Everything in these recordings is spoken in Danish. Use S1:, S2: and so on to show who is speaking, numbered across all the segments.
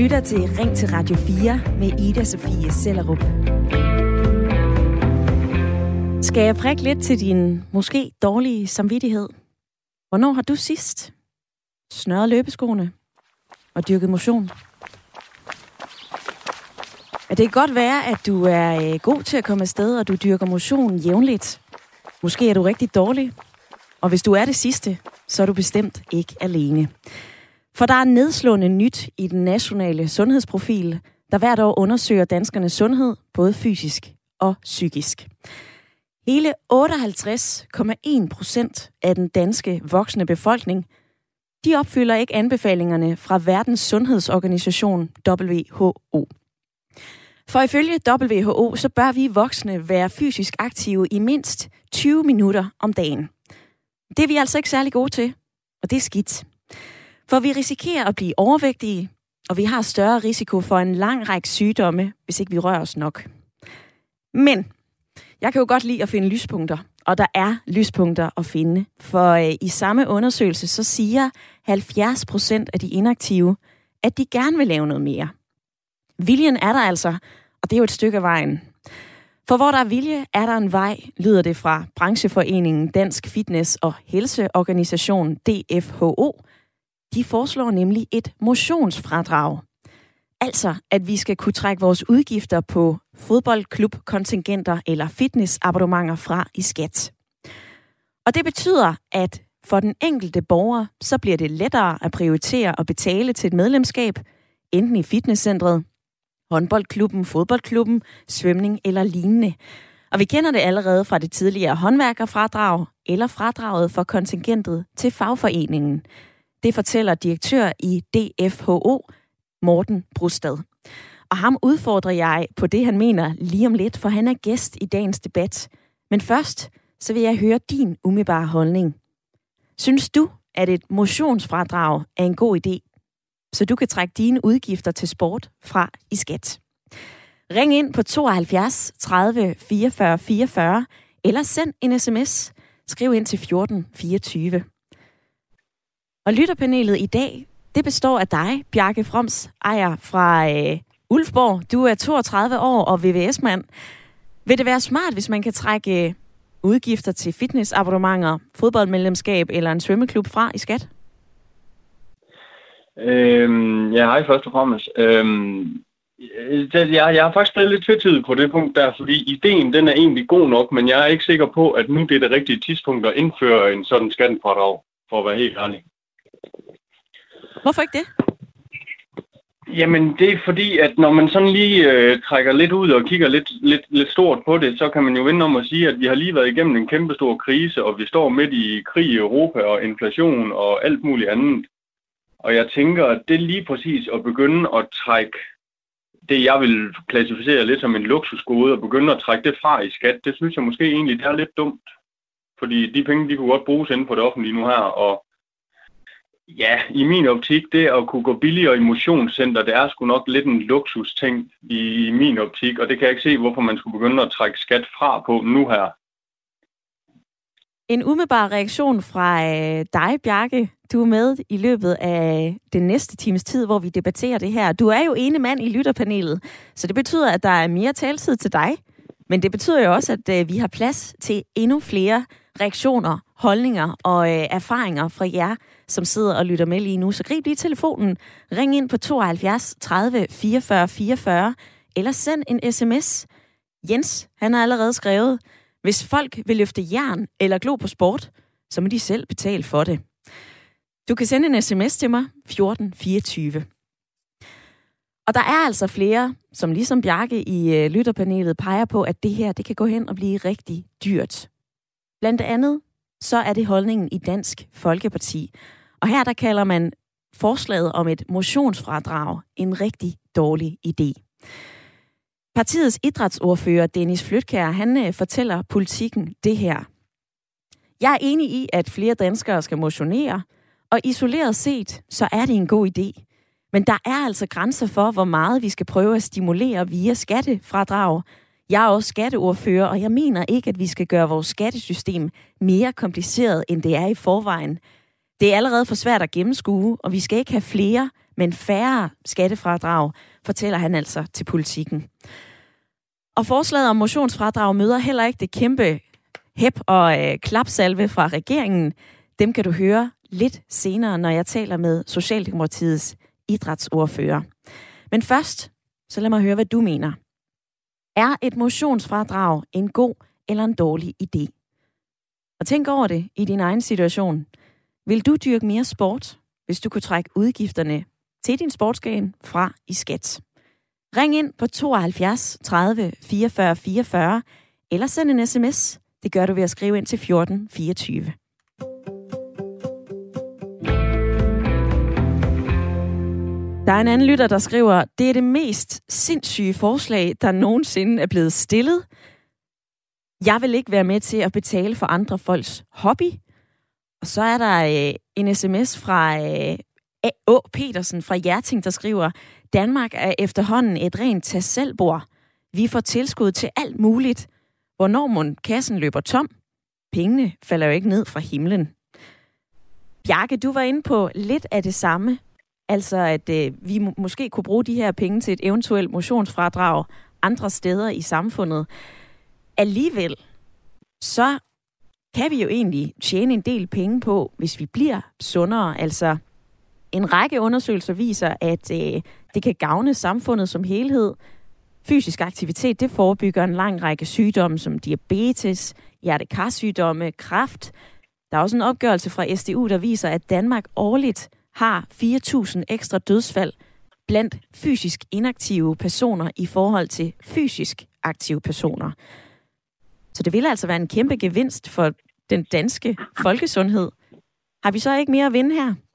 S1: lytter til Ring til Radio 4 med Ida Sofie Sellerup. Skal jeg prikke lidt til din måske dårlige samvittighed? Hvornår har du sidst snøret løbeskoene og dyrket motion? Det kan godt være, at du er god til at komme afsted, og du dyrker motion jævnligt. Måske er du rigtig dårlig. Og hvis du er det sidste, så er du bestemt ikke alene. For der er nedslående nyt i den nationale sundhedsprofil, der hvert år undersøger danskernes sundhed, både fysisk og psykisk. Hele 58,1% af den danske voksne befolkning, de opfylder ikke anbefalingerne fra Verdens Sundhedsorganisation WHO. For ifølge WHO, så bør vi voksne være fysisk aktive i mindst 20 minutter om dagen. Det er vi altså ikke særlig gode til, og det er skidt. For vi risikerer at blive overvægtige, og vi har større risiko for en lang række sygdomme, hvis ikke vi rører os nok. Men jeg kan jo godt lide at finde lyspunkter, og der er lyspunkter at finde. For i samme undersøgelse, så siger 70% af de inaktive, at de gerne vil lave noget mere. Viljen er der altså, og det er jo et stykke af vejen. For hvor der er vilje, er der en vej, lyder det fra brancheforeningen Dansk Fitness- og Helseorganisation DFHO. De foreslår nemlig et motionsfradrag. Altså, at vi skal kunne trække vores udgifter på fodboldklubkontingenter eller fitnessabonnementer fra i skat. Og det betyder, at for den enkelte borger, så bliver det lettere at prioritere og betale til et medlemskab, enten i fitnesscentret, håndboldklubben, fodboldklubben, svømning eller lignende. Og vi kender det allerede fra det tidligere håndværkerfradrag eller fradraget for kontingentet til fagforeningen. Det fortæller direktør i DFHO, Morten Brustad. Og ham udfordrer jeg på det, han mener lige om lidt, for han er gæst i dagens debat. Men først, så vil jeg høre din umiddelbare holdning. Synes du, at et motionsfradrag er en god idé, så du kan trække dine udgifter til sport fra i skat? Ring ind på 72 30 44 44, eller send en sms. Skriv ind til 14 24. Og lytterpanelet i dag, det består af dig, Bjarke Froms, ejer fra Ulfborg. Du er 32 år og VVS-mand. Vil det være smart, hvis man kan trække udgifter til fitnessabonnementer, fodboldmedlemskab eller en svømmeklub fra i skat?
S2: Ja, hej først og fremmest. Jeg har faktisk blevet lidt tvetydig på det punkt der, fordi ideen den er egentlig god nok, men jeg er ikke sikker på, at nu det er det rigtige tidspunkt at indføre en sådan skattefradrag, for at være helt ærlig.
S1: Hvorfor ikke det?
S2: Jamen, det er fordi, at når man sådan lige trækker lidt ud og kigger lidt stort på det, så kan man jo vende om at sige, at vi har lige været igennem en kæmpe stor krise, og vi står midt i krig i Europa og inflation og alt muligt andet. Og jeg tænker, at det lige præcis at begynde at trække det, jeg vil klassificere lidt som en luksusgode, og begynde at trække det fra i skat, det synes jeg måske egentlig, det er lidt dumt. Fordi de penge, de kunne godt bruges inden på det offentlige nu her, og ja, i min optik, det at kunne gå billigere i motionscenter, det er sgu nok lidt en luksusting i min optik, og det kan jeg ikke se, hvorfor man skulle begynde at trække skat fra på nu her.
S1: En umiddelbar reaktion fra dig, Bjarke. Du er med i løbet af den næste times tid, hvor vi debatterer det her. Du er jo ene mand i lytterpanelet, så det betyder, at der er mere taletid til dig. Men det betyder jo også, at vi har plads til endnu flere reaktioner, holdninger og erfaringer fra jer, som sidder og lytter med lige nu. Så grib lige telefonen, ring ind på 72 30 44 44, eller send en sms. Jens, han har allerede skrevet, hvis folk vil løfte jern eller glo på sport, så må de selv betale for det. Du kan sende en sms til mig, 1424. Og der er altså flere, som ligesom Bjarke i lytterpanelet peger på, at det her, det kan gå hen og blive rigtig dyrt. Blandt andet, så er det holdningen i Dansk Folkeparti. Og her, der kalder man forslaget om et motionsfradrag en rigtig dårlig idé. Partiets idrætsordfører Dennis Flydtkjær, han fortæller Politikken det her. Jeg er enig i, at flere danskere skal motionere, og isoleret set, så er det en god idé. Men der er altså grænser for, hvor meget vi skal prøve at stimulere via skattefradrag. Jeg er også skatteordfører, og jeg mener ikke, at vi skal gøre vores skattesystem mere kompliceret, end det er i forvejen. Det er allerede for svært at gennemskue, og vi skal ikke have flere, men færre skattefradrag, fortæller han altså til Politikken. Og forslaget om motionsfradrag møder heller ikke det kæmpe hep og klapsalve fra regeringen. Dem kan du høre lidt senere, når jeg taler med Socialdemokratiets idrætsordfører. Men først, så lad mig høre, hvad du mener. Er et motionsfradrag en god eller en dårlig idé? Og tænk over det i din egen situation. Vil du dyrke mere sport, hvis du kunne trække udgifterne til din sportsgren fra i skat? Ring ind på 72 30 44 44 eller send en sms. Det gør du ved at skrive ind til 14 24. Der er en anden lytter, der skriver, det er det mest sindssyge forslag, der nogensinde er blevet stillet. Jeg vil ikke være med til at betale for andre folks hobby. Og så er der en sms fra A. Petersen fra Hjerting, der skriver, Danmark er efterhånden et rent tag-selv-bord. Vi får tilskud til alt muligt. Hvornår mon kassen løber tom? Pengene falder jo ikke ned fra himlen. Bjarke, du var inde på lidt af det samme. Altså, at vi måske kunne bruge de her penge til et eventuelt motionsfradrag andre steder i samfundet. Alligevel, så kan vi jo egentlig tjene en del penge på, hvis vi bliver sundere. Altså, en række undersøgelser viser, at det kan gavne samfundet som helhed. Fysisk aktivitet, det forebygger en lang række sygdomme som diabetes, hjertekarsygdomme, kræft. Der er også en opgørelse fra SDU, der viser, at Danmark årligt har 4.000 ekstra dødsfald blandt fysisk inaktive personer i forhold til fysisk aktive personer. Så det vil altså være en kæmpe gevinst for den danske folkesundhed. Har vi så ikke mere at vinde her?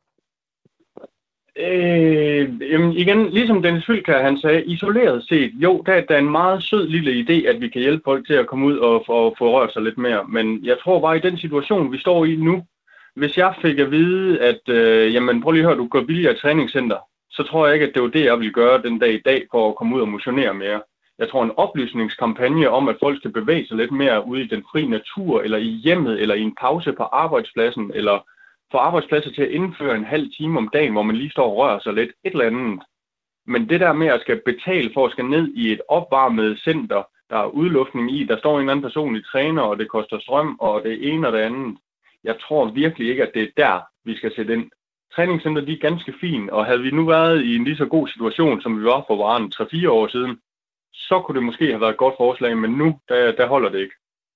S2: Jamen igen, ligesom Dennis Fylkær, han sagde, isoleret set, jo, der er en meget sød lille idé, at vi kan hjælpe folk til at komme ud og få rørt sig lidt mere. Men jeg tror bare, i den situation, vi står i nu, hvis jeg fik at vide, at jamen, prøv lige at høre, du går billigere i træningscenter, så tror jeg ikke, at det var det, jeg ville gøre den dag i dag for at komme ud og motionere mere. Jeg tror, en oplysningskampagne om, at folk skal bevæge sig lidt mere ude i den fri natur, eller i hjemmet, eller i en pause på arbejdspladsen, eller få arbejdspladser til at indføre en halv time om dagen, hvor man lige står og rører sig lidt, et eller andet. Men det der med at skal betale for at skal ned i et opvarmet center, der er udluftning i, der står en eller anden personlig træner, og det koster strøm, og det ene og det andet. Jeg tror virkelig ikke, at det er der, vi skal sætte ind. Træningscenter, de er ganske fine, og havde vi nu været i en lige så god situation, som vi var for varen 3-4 år siden, så kunne det måske have været et godt forslag, men nu, der holder det ikke.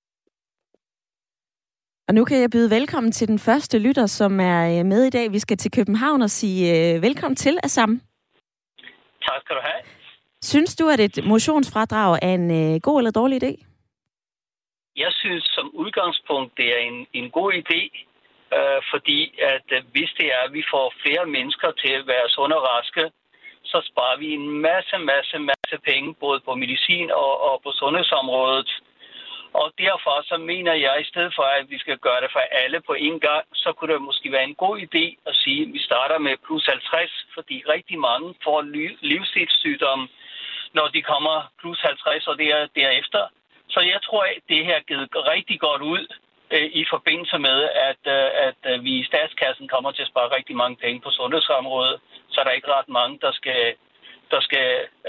S1: Og nu kan jeg byde velkommen til den første lytter, som er med i dag. Vi skal til København og sige velkommen til, Assam.
S3: Tak skal du have.
S1: Synes du, at et motionsfradrag er en god eller dårlig idé?
S3: Jeg synes som udgangspunkt, det er en god idé, fordi at hvis det er, at vi får flere mennesker til at være sunde og raske, så sparer vi en masse penge, både på medicin og på sundhedsområdet. Og derfor så mener jeg, i stedet for at vi skal gøre det for alle på én gang, så kunne det måske være en god idé at sige, at vi starter med plus 50, fordi rigtig mange får livsstilssygdomme, når de kommer plus 50 og derefter. Så jeg tror, at det her er givet rigtig godt ud i forbindelse med, at vi i statskassen kommer til at spare rigtig mange penge på sundhedsområdet, så der er ikke ret mange, der skal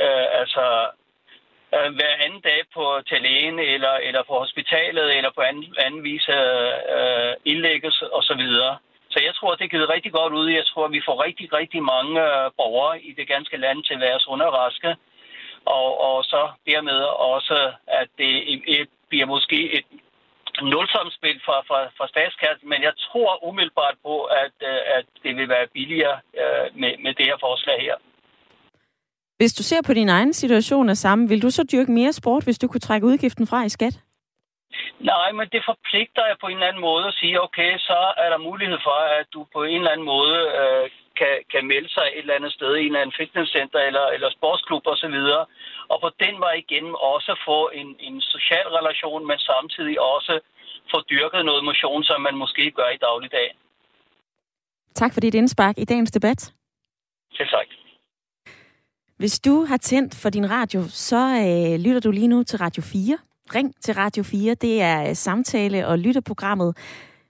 S3: hver anden dag til lægen eller på hospitalet eller på anden vis indlægges osv. Så jeg tror, det er givet rigtig godt ud. Jeg tror, at vi får rigtig mange borgere i det ganske land til at være sunde og raske. Og så dermed også, at det bliver måske et nulsumsspil fra statskassen, men jeg tror umiddelbart på, at det vil være billigere med det her forslag her.
S1: Hvis du ser på din egen situation af sammen, vil du så dyrke mere sport, hvis du kunne trække udgiften fra i skat?
S3: Nej, men det forpligter jeg på en eller anden måde at sige, okay, så er der mulighed for, at du på en eller anden måde kan melde sig et eller andet sted i en eller anden fitnesscenter eller sportsklub osv. Og på den vej igennem også få en social relation, men samtidig også få dyrket noget motion, som man måske gør i dagligdag.
S1: Tak for dit indspark i dagens debat.
S3: Selv tak.
S1: Hvis du har tændt for din radio, så lytter du lige nu til Radio 4. Ring til Radio 4. Det er samtale- og lytterprogrammet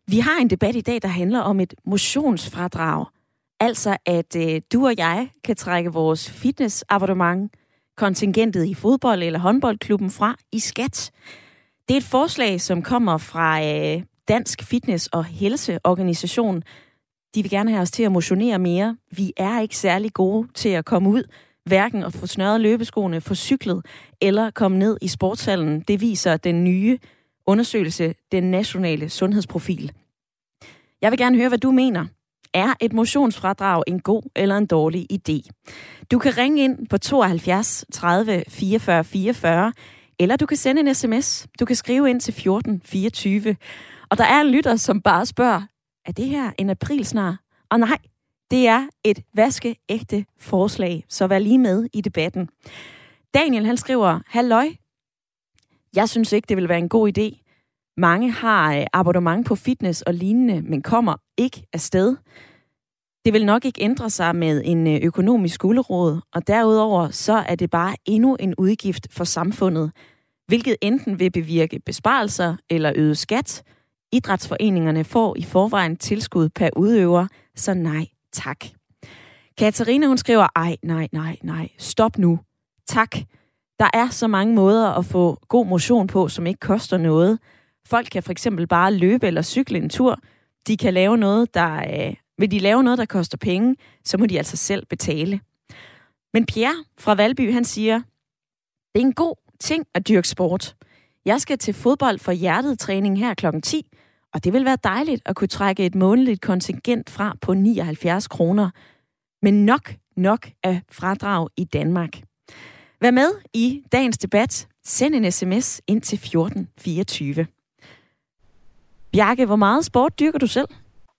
S1: Vi har en debat i dag, der handler om et motionsfradrag. Altså, at du og jeg kan trække vores fitnessabonnement, kontingentet i fodbold- eller håndboldklubben fra i skat. Det er et forslag, som kommer fra Dansk Fitness- og Helseorganisation. De vil gerne have os til at motionere mere. Vi er ikke særlig gode til at komme ud, hverken at få snørret løbeskoene, få cyklet eller komme ned i sportshallen. Det viser den nye undersøgelse, den nationale sundhedsprofil. Jeg vil gerne høre, hvad du mener. Er et motionsfradrag en god eller en dårlig idé? Du kan ringe ind på 72 30 44 44, eller du kan sende en sms. Du kan skrive ind til 14 24. Og der er en lytter, som bare spørger, er det her en aprilsnar? Og nej, det er et vaskeægte forslag, så vær lige med i debatten. Daniel, han skriver, halløj. Jeg synes ikke, det vil være en god idé. Mange har abonnement på fitness og lignende, men kommer ikke afsted. Det vil nok ikke ændre sig med en økonomisk gulerod, og derudover så er det bare endnu en udgift for samfundet, hvilket enten vil bevirke besparelser eller øget skat. Idrætsforeningerne får i forvejen tilskud per udøver, så nej tak. Katarina, hun skriver, nej, stop nu. Tak. Der er så mange måder at få god motion på, som ikke koster noget. Folk kan for eksempel bare løbe eller cykle en tur. De kan lave noget, vil de lave noget, der koster penge, så må de altså selv betale. Men Pierre fra Valby, han siger, det er en god ting at dyrke sport. Jeg skal til fodbold for hjertetræning her kl. 10, og det vil være dejligt at kunne trække et månedligt kontingent fra på 79 kroner. Men nok af fradrag i Danmark. Vær med i dagens debat. Send en sms ind til 1424. Bjarke, hvor meget sport dyrker du selv?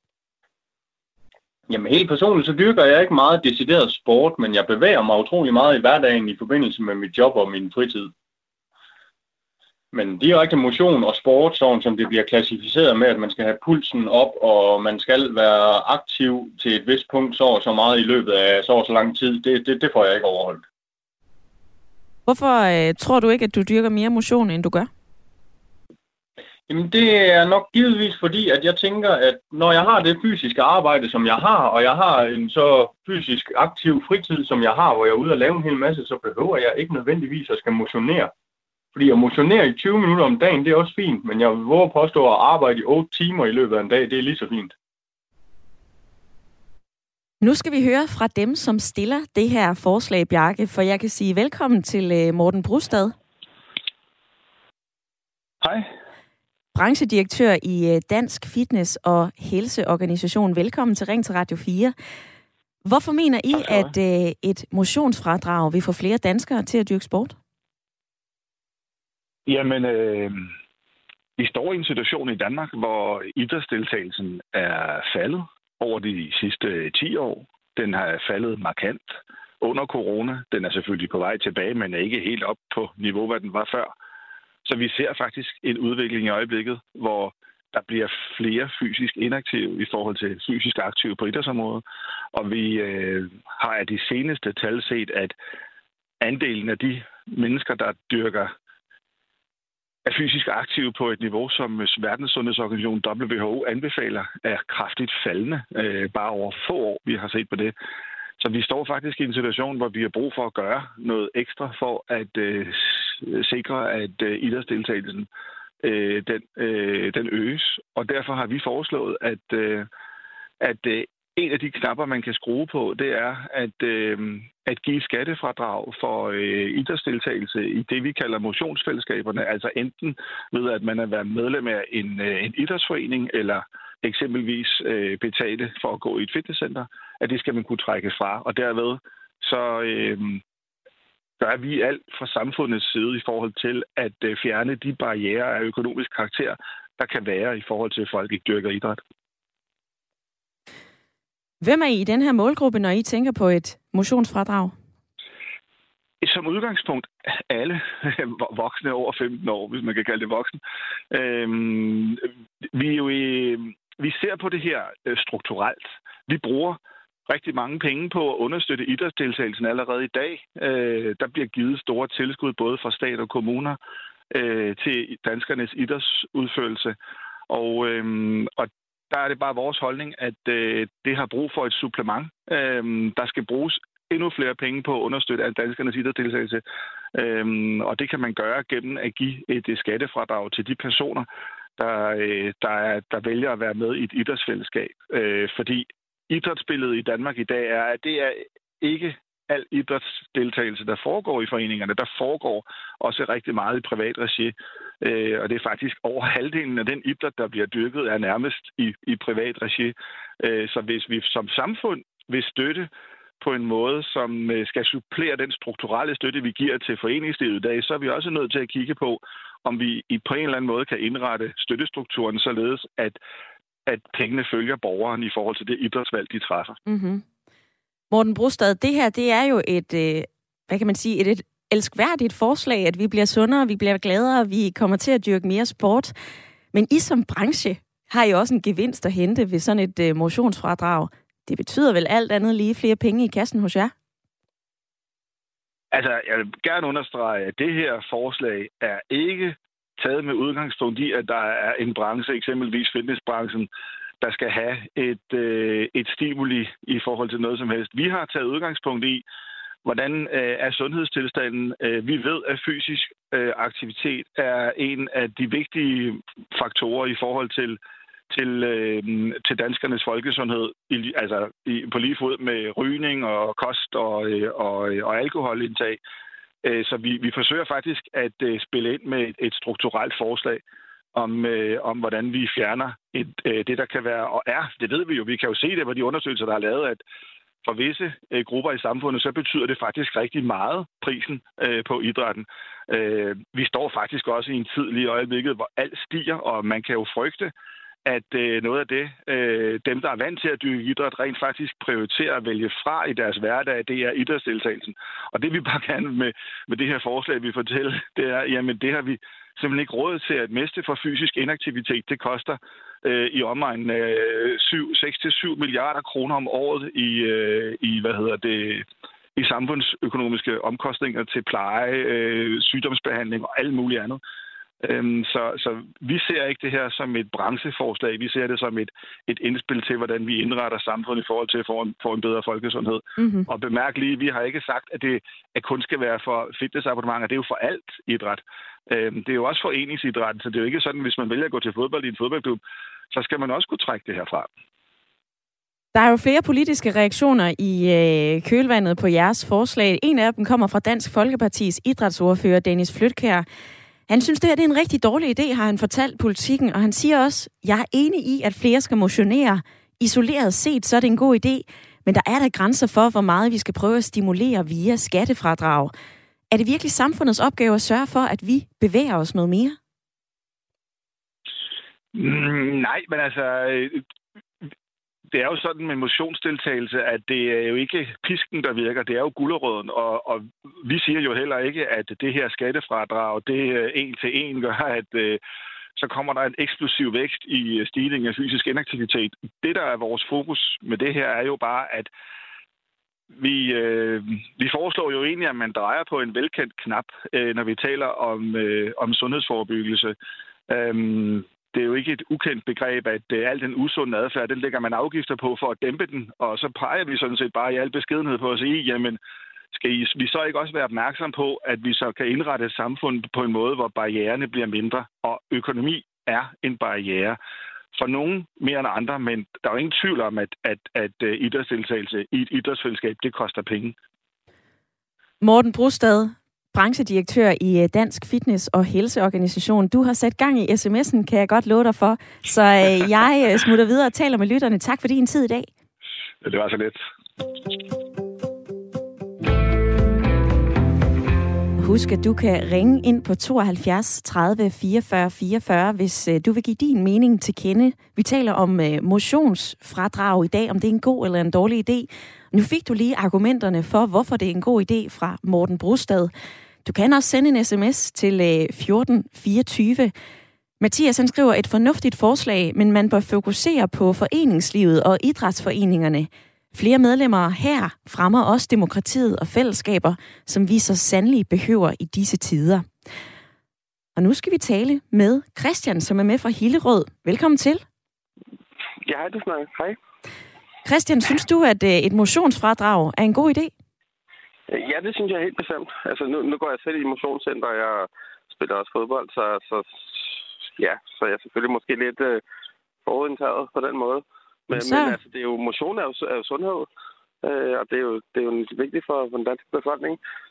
S2: Jamen helt personligt, så dyrker jeg ikke meget decideret sport, men jeg bevæger mig utrolig meget i hverdagen i forbindelse med mit job og min fritid. Men direkte motion og sport, sådan som det bliver klassificeret med, at man skal have pulsen op, og man skal være aktiv til et vist punkt, så meget i løbet af så lang tid, det får jeg ikke overholdt.
S1: Hvorfor tror du ikke, at du dyrker mere motion, end du gør?
S2: Jamen det er nok givetvis fordi, at jeg tænker, at når jeg har det fysiske arbejde, som jeg har, og jeg har en så fysisk aktiv fritid, som jeg har, hvor jeg er ude og lave en hel masse, så behøver jeg ikke nødvendigvis at skal motionere. Fordi at motionere i 20 minutter om dagen, det er også fint, men jeg vil våge påstå at arbejde i 8 timer i løbet af en dag, det er lige så fint.
S1: Nu skal vi høre fra dem, som stiller det her forslag, Bjarke, for jeg kan sige velkommen til Morten Brustad.
S4: Hej.
S1: Branchedirektør i Dansk Fitness- og Helseorganisation. Velkommen til Ring til Radio 4. Hvorfor mener I, at et motionsfradrag vil få flere danskere til at dyrke sport?
S4: Jamen, vi står i en situation i Danmark, hvor idrætsdeltagelsen er faldet over de sidste 10 år. Den har faldet markant under corona. Den er selvfølgelig på vej tilbage, men er ikke helt op på niveau, hvad den var før. Så vi ser faktisk en udvikling i øjeblikket, hvor der bliver flere fysisk inaktive i forhold til fysisk aktive på idrætsområdet. Og vi har af de seneste tal set, at andelen af de mennesker, der er fysisk aktive på et niveau, som Verdenssundhedsorganisationen WHO anbefaler, er kraftigt faldende bare over få år, vi har set på det. Så vi står faktisk i en situation, hvor vi har brug for at gøre noget ekstra for at sikre, at idrætsdeltagelsen den øges. Og derfor har vi foreslået, at en af de knapper, man kan skrue på, det er at give skattefradrag for idrætsdeltagelse i det, vi kalder motionsfællesskaberne. Altså enten ved, at man er været medlem af en idrætsforening, eller eksempelvis betale for at gå i et fitnesscenter, at det skal man kunne trække fra. Og derved så gør vi alt fra samfundets side i forhold til at fjerne de barrierer af økonomisk karakter, der kan være i forhold til, at folk ikke dyrker idræt.
S1: Hvem er I den her målgruppe, når I tænker på et motionsfradrag?
S4: Som udgangspunkt alle voksne over 15 år, hvis man kan kalde det voksen. Vi ser på det her strukturelt. Vi bruger rigtig mange penge på at understøtte idrætsdeltagelsen allerede i dag. Der bliver givet store tilskud både fra stat og kommuner til danskernes idrætsudførelse. Og der er det bare vores holdning, at det har brug for et supplement. Der skal bruges endnu flere penge på at understøtte danskernes idrætsdeltagelse. Og det kan man gøre gennem at give et skattefradrag til de personer, der vælger at være med i et idrætsfællesskab. Fordi idrætsbilledet i Danmark i dag er, at det er ikke al idrætsdeltagelse, der foregår i foreningerne. Der foregår også rigtig meget i privat regi. Og det er faktisk over halvdelen af den idræt, der bliver dyrket, er nærmest i privat regi. Så hvis vi som samfund vil støtte på en måde, som skal supplere den strukturelle støtte, vi giver til foreningslivet i dag, så er vi også nødt til at kigge på, om vi på en eller anden måde kan indrette støttestrukturen således, at pengene følger borgeren i forhold til det idrætsvalg, de træffer.
S1: Mm-hmm. Morten Brustad, det her, det er jo et elskværdigt forslag, at vi bliver sundere, vi bliver gladere, vi kommer til at dyrke mere sport. Men I som branche har jo også en gevinst at hente ved sådan et motionsfradrag. Det betyder vel alt andet lige flere penge i kassen hos jer?
S4: Altså, jeg vil gerne understrege, at det her forslag er ikke taget med udgangspunkt i, at der er en branche, eksempelvis fitnessbranchen, der skal have et stimuli i forhold til noget som helst. Vi har taget udgangspunkt i, hvordan er sundhedstilstanden. Vi ved, at fysisk aktivitet er en af de vigtige faktorer i forhold til danskernes folkesundhed, på lige fod med rygning og kost og alkoholindtag. Så vi forsøger faktisk at spille ind med et strukturelt forslag om hvordan vi fjerner det, der kan være og er. Det ved vi jo. Vi kan jo se det på de undersøgelser, der er lavet, at for visse grupper i samfundet, så betyder det faktisk rigtig meget prisen på idrætten. Vi står faktisk også i en tid lige i øjeblikket, hvor alt stiger, og man kan jo frygte, at noget af det, dem, der er vant til at dyrke idræt, rent faktisk prioriterer at vælge fra i deres hverdag, det er idrætsdeltagelsen. Og det vi bare gerne med det her forslag, vi fortæller, det er, jamen det har vi simpelthen ikke råd til at miste for fysisk inaktivitet. Det koster i omegnen 6-7 milliarder kroner om året i samfundsøkonomiske omkostninger til pleje, sygdomsbehandling og alt muligt andet. Så vi ser ikke det her som et brancheforslag. Vi ser det som et indspil til, hvordan vi indretter samfundet i forhold til at få en bedre folkesundhed. Mm-hmm. Og bemærk lige, vi har ikke sagt, at det kun skal være for fitnessabonnementer. Det er jo for alt idræt. Det er jo også foreningsidrætten, så det er jo ikke sådan, hvis man vælger at gå til fodbold i en fodboldklub, så skal man også kunne trække det herfra.
S1: Der er jo flere politiske reaktioner i kølvandet på jeres forslag. En af dem kommer fra Dansk Folkepartis idrætsordfører Dennis Flydtkjær. Han synes, det her er en rigtig dårlig idé, har han fortalt Politikken, og han siger også, jeg er enig i, at flere skal motionere. Isoleret set, så er det en god idé, men der er der grænser for, hvor meget vi skal prøve at stimulere via skattefradrag. Er det virkelig samfundets opgave at sørge for, at vi bevæger os noget mere?
S4: Nej, men altså, det er jo sådan med motionsdeltagelse, at det er jo ikke pisken, der virker, det er jo gulerøden, og vi siger jo heller ikke, at det her skattefradrag, det en til en gør, at så kommer der en eksplosiv vækst i stigningen af fysisk inaktivitet. Det, der er vores fokus med det her, er jo bare, at vi foreslår jo egentlig, at man drejer på en velkendt knap, når vi taler om sundhedsforebyggelse. Det er jo ikke et ukendt begreb, at al den usunde adfærd, den lægger man afgifter på for at dæmpe den, og så peger vi sådan set bare i al beskedenhed på at sige, jamen, skal vi så ikke også være opmærksom på, at vi så kan indrette et samfund på en måde, hvor barriererne bliver mindre, og økonomi er en barriere. For nogen mere end andre, men der er jo ingen tvivl om, at idrætsdeltagelse i et idrætsfællesskab, det koster penge.
S1: Morten Brustad, branchedirektør i Dansk Fitness- og Helseorganisation. Du har sat gang i sms'en, kan jeg godt love dig for. Så jeg smutter videre og taler med lytterne. Tak for din tid i dag.
S4: Det var så lidt.
S1: Husk, at du kan ringe ind på 72 30 44 44, hvis du vil give din mening til kende. Vi taler om motionsfradrag i dag, om det er en god eller en dårlig idé. Nu fik du lige argumenterne for, hvorfor det er en god idé fra Morten Brustad. Du kan også sende en sms til 1424. Mathias han skriver et fornuftigt forslag, men man bør fokusere på foreningslivet og idrætsforeningerne. Flere medlemmer her fremmer også demokratiet og fællesskaber, som vi så sandelig behøver i disse tider. Og nu skal vi tale med Christian, som er med fra Hillerød. Velkommen til.
S5: Ja, hej, du snakker. Hej.
S1: Christian, synes du, at et motionsfradrag er en god idé?
S5: Ja, det synes jeg helt bestemt. Altså, nu går jeg selv i motionscenter, og jeg spiller også fodbold, så jeg er selvfølgelig måske lidt forudindtaget på den måde. Men altså, det er jo, motion er jo sundhed, og det er jo vigtigt for den danske befolkning.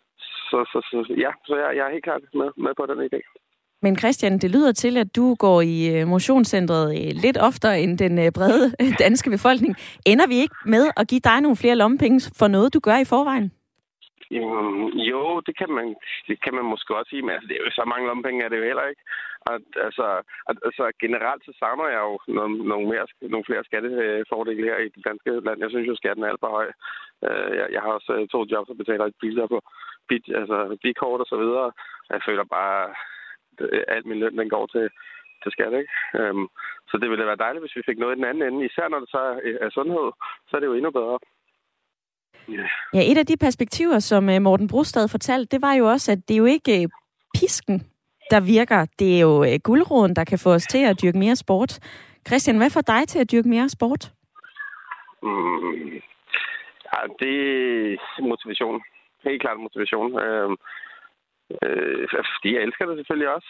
S5: Så jeg er helt klart med på den idé.
S1: Men Christian, det lyder til, at du går i motionscentret lidt oftere end den brede danske befolkning. Ender vi ikke med at give dig nogle flere lommepenge for noget, du gør i forvejen?
S5: Jo, det kan man måske også sige, men altså, det er jo så mange lommepenge, er det jo heller ikke. Altså generelt så savner jeg jo nogle flere skattefordele her i det danske land. Jeg synes jo, skatten er alt for høj. Jeg har også 2 jobs og betaler et biler på bilkort og så videre. Jeg føler bare, alt min løn, den går til skat, ikke? Så det ville være dejligt, hvis vi fik noget i den anden ende. Især når det så er sundhed, så er det jo endnu bedre.
S1: Yeah. Ja, et af de perspektiver, som Morten Brustad fortalte, det var jo også, at det er jo ikke pisken, der virker. Det er jo guleroden, der kan få os til at dyrke mere sport. Christian, hvad får dig til at dyrke mere sport?
S5: Ja, det er motivation. Helt klart motivation. Fordi jeg elsker det selvfølgelig også.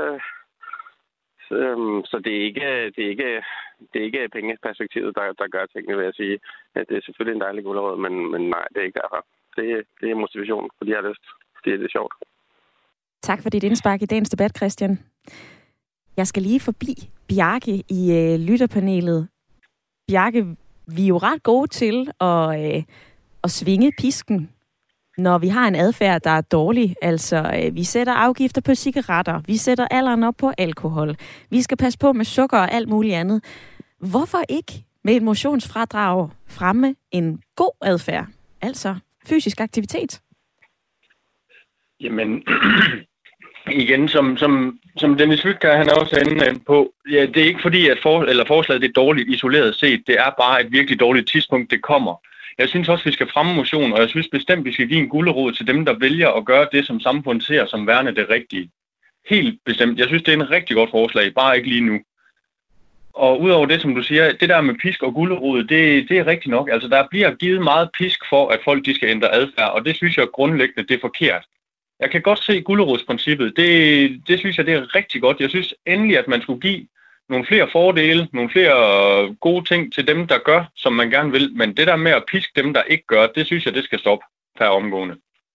S5: Så det er ikke pengeperspektivet, der gør tingene, vil jeg sige. Det er selvfølgelig en dejlig gulerod, men nej, det er ikke derfor. Det er motivation, fordi jeg har lyst. Fordi det er sjovt.
S1: Tak for dit indspark i dagens debat, Christian. Jeg skal lige forbi Bjarke i lytterpanelet. Bjarke, vi er jo ret gode til at svinge pisken, når vi har en adfærd, der er dårlig. Altså, vi sætter afgifter på cigaretter, vi sætter alderen op på alkohol, vi skal passe på med sukker og alt muligt andet. Hvorfor ikke med et motionsfradrag fremme en god adfærd? Altså fysisk aktivitet?
S2: Jamen, igen, som Dennis Flydtkjær, han er også inde på, ja, det er ikke fordi, at forslaget det er dårligt isoleret set. Det er bare et virkelig dårligt tidspunkt, det kommer. Jeg synes også, vi skal fremme motion, og jeg synes bestemt, vi skal give en gulerod til dem, der vælger at gøre det, som samfundet ser som værende det rigtige. Helt bestemt. Jeg synes, det er en rigtig godt forslag, bare ikke lige nu. Og udover det, som du siger, det der med pisk og gulerod, det er rigtigt nok. Altså, der bliver givet meget pisk for, at folk de skal ændre adfærd, og det synes jeg grundlæggende, det er forkert. Jeg kan godt se gulerodsprincippet. Det synes jeg, det er rigtig godt. Jeg synes endelig, at man skulle give nogle flere fordele, nogle flere gode ting til dem, der gør, som man gerne vil. Men det der med at piske dem, der ikke gør, det synes jeg, det skal stoppe per omgående.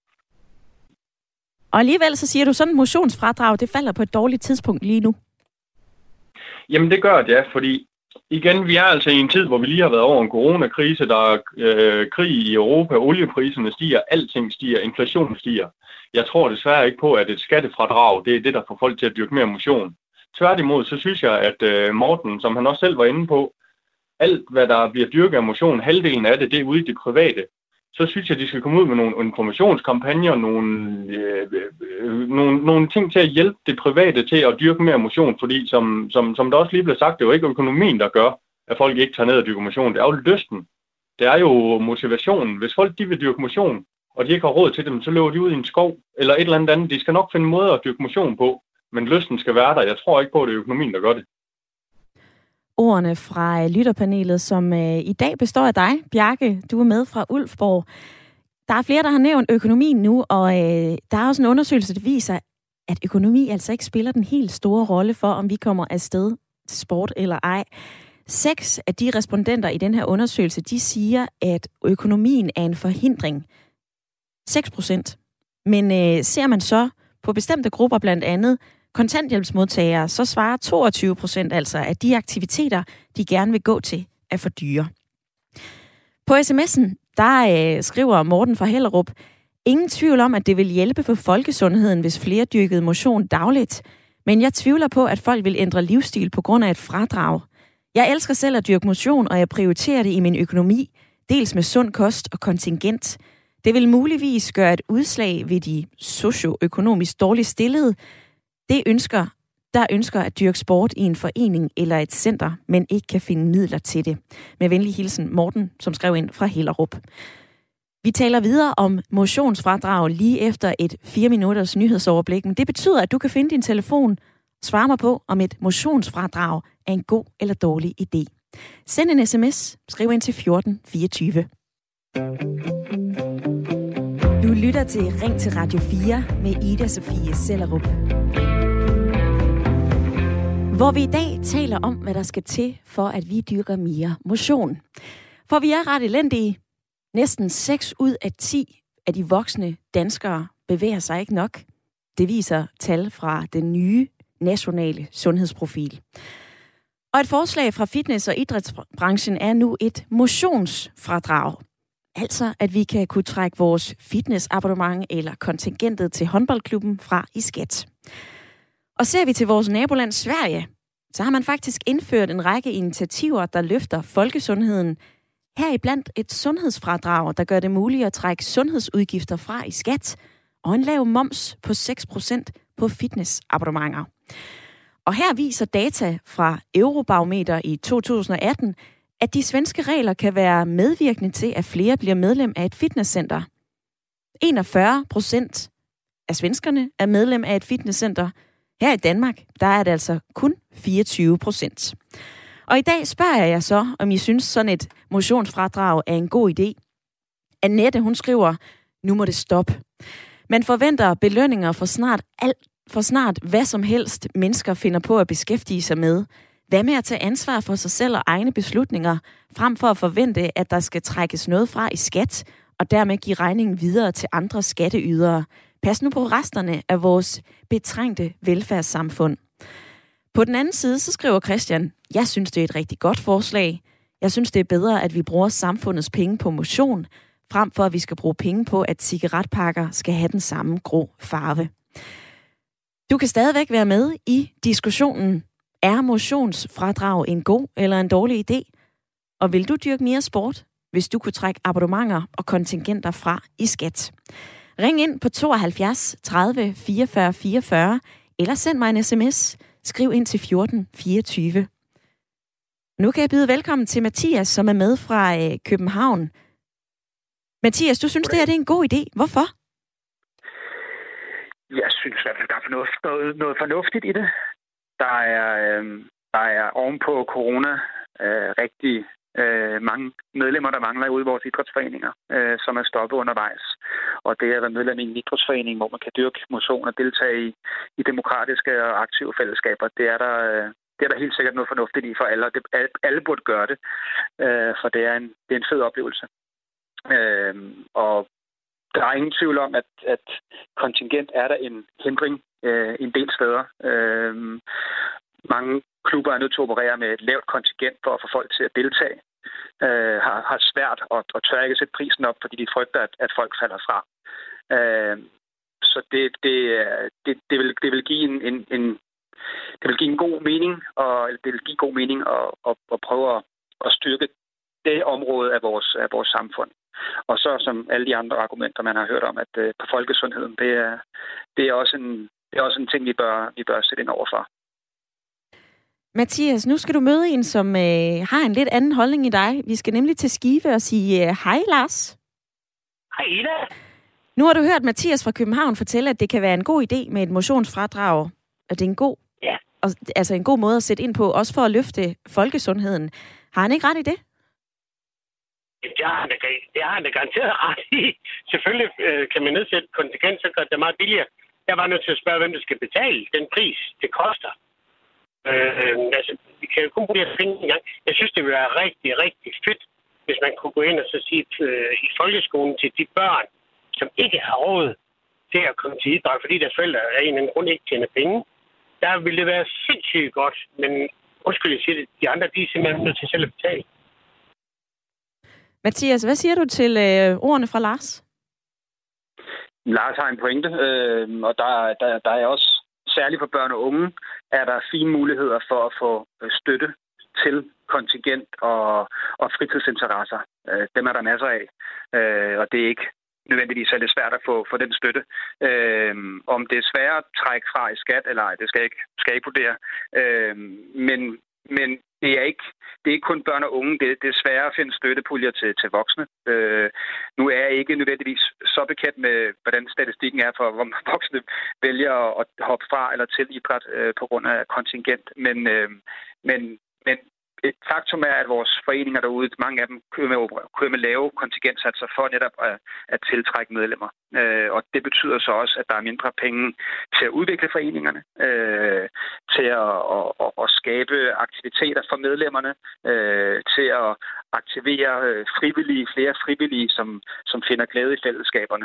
S1: Og alligevel så siger du, sådan et motionsfradrag, det falder på et dårligt tidspunkt lige nu.
S2: Jamen det gør det, ja, fordi igen, vi er altså i en tid, hvor vi lige har været over en coronakrise, der er krig i Europa, oliepriserne stiger, alting stiger, inflationen stiger. Jeg tror desværre ikke på, at et skattefradrag, det er det, der får folk til at dyrke mere motion. Tværtimod, så synes jeg, at Morten, som han også selv var inde på, alt hvad der bliver dyrket af motion, halvdelen af det er ude i det private. Så synes jeg, at de skal komme ud med nogle informationskampagner, nogle ting til at hjælpe det private til at dyrke mere motion, fordi som der også lige blev sagt, det er jo ikke økonomien, der gør, at folk ikke tager ned og dyrker motion. Det er jo lysten. Det er jo motivationen. Hvis folk de vil dyrke motion, og de ikke har råd til dem, så løber de ud i en skov eller et eller andet. De skal nok finde måder at dyrke motion på, men lysten skal være der. Jeg tror ikke på, at det er økonomien, der gør det.
S1: Ordene fra lytterpanelet, som i dag består af dig, Bjarke. Du er med fra Ulfborg. Der er flere, der har nævnt økonomien nu, og der er også en undersøgelse, der viser, at økonomi altså ikke spiller den helt store rolle for, om vi kommer afsted til sport eller ej. 6 af de respondenter i den her undersøgelse, de siger, at økonomien er en forhindring. 6%. Men ser man så på bestemte grupper, blandt andet kontanthjælpsmodtagere, så svarer 22% altså, at de aktiviteter, de gerne vil gå til, er for dyre. På sms'en, der skriver Morten fra Hellerup, ingen tvivl om, at det vil hjælpe på folkesundheden, hvis flere dyrkede motion dagligt. Men jeg tvivler på, at folk vil ændre livsstil på grund af et fradrag. Jeg elsker selv at dyrke motion, og jeg prioriterer det i min økonomi, dels med sund kost og kontingent. Det vil muligvis gøre et udslag ved de socioøkonomisk dårligt stillede, der ønsker at dyrke sport i en forening eller et center, men ikke kan finde midler til det. Med venlig hilsen Morten, som skrev ind fra Hellerup. Vi taler videre om motionsfradrag lige efter et 4 minutters nyhedsoverblik, men det betyder, at du kan finde din telefon. Svar mig på, om et motionsfradrag er en god eller dårlig idé. Send en sms, skriv ind til 1424. Du lytter til Ring til Radio 4 med Ida Sofie Sellerup. Hvor vi i dag taler om, hvad der skal til for, at vi dyrker mere motion. For vi er ret elendige. Næsten 6 ud af 10 af de voksne danskere bevæger sig ikke nok. Det viser tal fra den nye nationale sundhedsprofil. Og et forslag fra fitness- og idrætsbranchen er nu et motionsfradrag. Altså, at vi kan kunne trække vores fitnessabonnement eller kontingentet til håndboldklubben fra i skat. Og ser vi til vores naboland Sverige, så har man faktisk indført en række initiativer, der løfter folkesundheden. Heriblandt et sundhedsfradrag, der gør det muligt at trække sundhedsudgifter fra i skat, og en lav moms på 6% på fitnessabonnementer. Og her viser data fra Eurobarometer i 2018, at de svenske regler kan være medvirkende til, at flere bliver medlem af et fitnesscenter. 41% af svenskerne er medlem af et fitnesscenter. Her i Danmark, der er det altså kun 24%. Og i dag spørger jeg jer så, om I synes, sådan et motionsfradrag er en god idé. Annette, hun skriver, nu må det stoppe. Man forventer belønninger for snart hvad som helst mennesker finder på at beskæftige sig med. Hvad med at tage ansvar for sig selv og egne beslutninger, frem for at forvente, at der skal trækkes noget fra i skat, og dermed give regningen videre til andre skatteydere. Pas nu på resterne af vores betrængte velfærdssamfund. På den anden side, så skriver Christian, jeg synes, det er et rigtig godt forslag. Jeg synes, det er bedre, at vi bruger samfundets penge på motion, frem for at vi skal bruge penge på, at cigaretpakker skal have den samme grå farve. Du kan stadigvæk være med i diskussionen. Er motionsfradrag en god eller en dårlig idé? Og vil du dyrke mere sport, hvis du kunne trække abonnementer og kontingenter fra i skat? Ring ind på 72 30 44 44, eller send mig en sms. Skriv ind til 1424. Nu kan jeg byde velkommen til Mathias, som er med fra København. Mathias, du synes, det her det er en god idé. Hvorfor?
S6: Jeg synes, at der er noget fornuftigt i det. Der er ovenpå corona rigtig mange medlemmer, der mangler ude i vores idrætsforeninger, som er stoppet undervejs. Og det at være medlem i en idrætsforening, hvor man kan dyrke motion og deltage i demokratiske og aktive fællesskaber, det er der helt sikkert noget fornuftigt i for alle, og alle burde gøre det, for det er en fed oplevelse. Og der er ingen tvivl om, at kontingent er der en hindring en del steder. Mange klubber er nødt til at operere med et lavt kontingent for at få folk til at deltage. Har svært og tør ikke sætte prisen op, fordi de frygter, at folk falder fra. Så det vil give det vil give en god mening, og det vil give god mening at prøve at styrke det område af vores samfund. Og så som alle de andre argumenter, man har hørt om, at på folkesundheden, det er også en ting, vi bør sætte ind overfor.
S1: Mathias, nu skal du møde en, som har en lidt anden holdning i dig. Vi skal nemlig til Skive og sige hej, Lars.
S7: Hej, Ida.
S1: Nu har du hørt Mathias fra København fortælle, at det kan være en god idé med et motionsfradrag. At det er en god måde at sætte ind på, også for at løfte folkesundheden. Har han ikke ret i det?
S7: Det har han da garanteret ret i. Selvfølgelig kan man nedsætte kontingent, så gør det meget billigere. Jeg var nødt til at spørge, hvem der skal betale den pris, det koster. Vi kan jo kun bruge de her penge en gang. Jeg synes, det ville være rigtig, rigtig fedt, hvis man kunne gå ind og så sige i folkeskolen til de børn, som ikke har råd til at komme til idræt, fordi deres forældre af en eller anden grund ikke tjener penge. Der ville det være sindssygt godt, men undskyld, jeg siger det, de andre, de er simpelthen nødt til selv at betale.
S1: Mathias, hvad siger du til ordene fra Lars?
S6: Lars har en pointe, og der er også, særligt for børn og unge, er der fine muligheder for at få støtte til kontingent og fritidsinteresser. Dem er der masser af, og det er ikke nødvendigvis særlig svært at få den støtte. Om det er svært at trække fra i skat, eller ej, det skal jeg ikke vurdere. Men Men det er ikke kun børn og unge. Det er sværere at finde støttepuljer til voksne. Nu er jeg ikke nødvendigvis så bekendt med, hvordan statistikken er for, hvor voksne vælger at hoppe fra eller til idræt på grund af kontingent. Men et faktum er, at vores foreninger derude, mange af dem kører med lave kontingentsatser for netop at tiltrække medlemmer. Og det betyder så også, at der er mindre penge til at udvikle foreningerne, til at skabe aktiviteter for medlemmerne, til at aktivere flere frivillige, som finder glæde i fællesskaberne.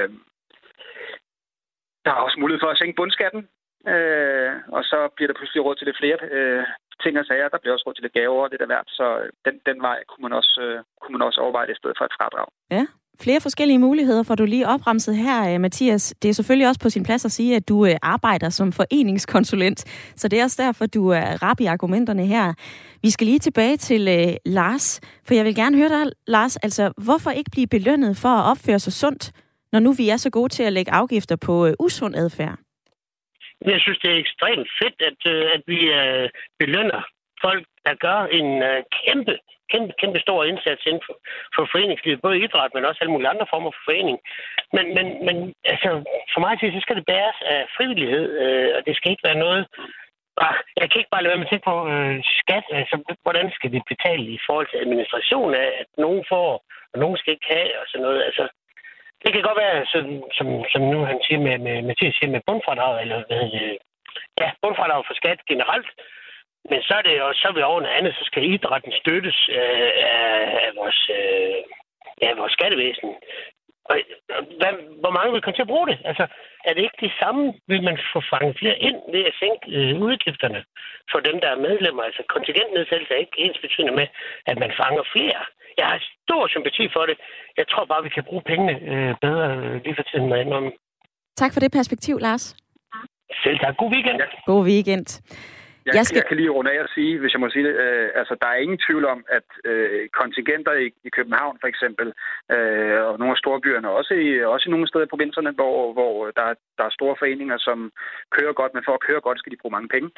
S6: Der er også mulighed for at sænke bundskatten, og så bliver der pludselig råd til lidt flere ting og sager. Der bliver også råd til lidt gaver og lidt af hvert, så den vej kunne man også overveje det i stedet for et fradrag. Ja,
S1: flere forskellige muligheder får du lige opremset her, Mathias. Det er selvfølgelig også på sin plads at sige, at du arbejder som foreningskonsulent, så det er også derfor, du er rap i argumenterne her. Vi skal lige tilbage til Lars, for jeg vil gerne høre dig, Lars, altså hvorfor ikke blive belønnet for at opføre sig sundt, når nu vi er så gode til at lægge afgifter på usund adfærd?
S7: Jeg synes, det er ekstremt fedt, at vi belønner folk, der gør en kæmpe stor indsats inden for foreningslivet, både idræt, men også alle mulige andre former for forening. Men altså, for mig så skal det bæres af frivillighed, og det skal ikke være noget. Jeg kan ikke bare lade være med at tænke på skat. Altså, hvordan skal det betale i forhold til administration af, at nogen får, og nogen skal ikke have, og sådan noget. Altså, det kan godt være, som nu han siger med Mathias siger, med bundfradrag, eller bundfradrag for skat generelt. Men så er det jo, så er vi over noget andet, så skal idrætten støttes af vores skattevæsen. Og hvor mange vil komme til at bruge det? Altså, er det ikke det samme? Vil man få fanget flere ind ved at sænke udgifterne for dem, der er medlemmer? Altså, kontingentnedsættelse er ikke ens betydende med, at man fanger flere. Jeg har stor sympati for det. Jeg tror bare, vi kan bruge pengene bedre lige for tiden.
S1: Tak for det perspektiv, Lars.
S7: Selv tak. God weekend.
S1: God weekend.
S6: Jeg kan lige runde af at sige, hvis jeg må sige det, altså der er ingen tvivl om, at kontingenter i København for eksempel, og nogle af storbyerne, også i nogle steder i provinserne, hvor der er store foreninger, som kører godt, men for at køre godt, skal de bruge mange penge.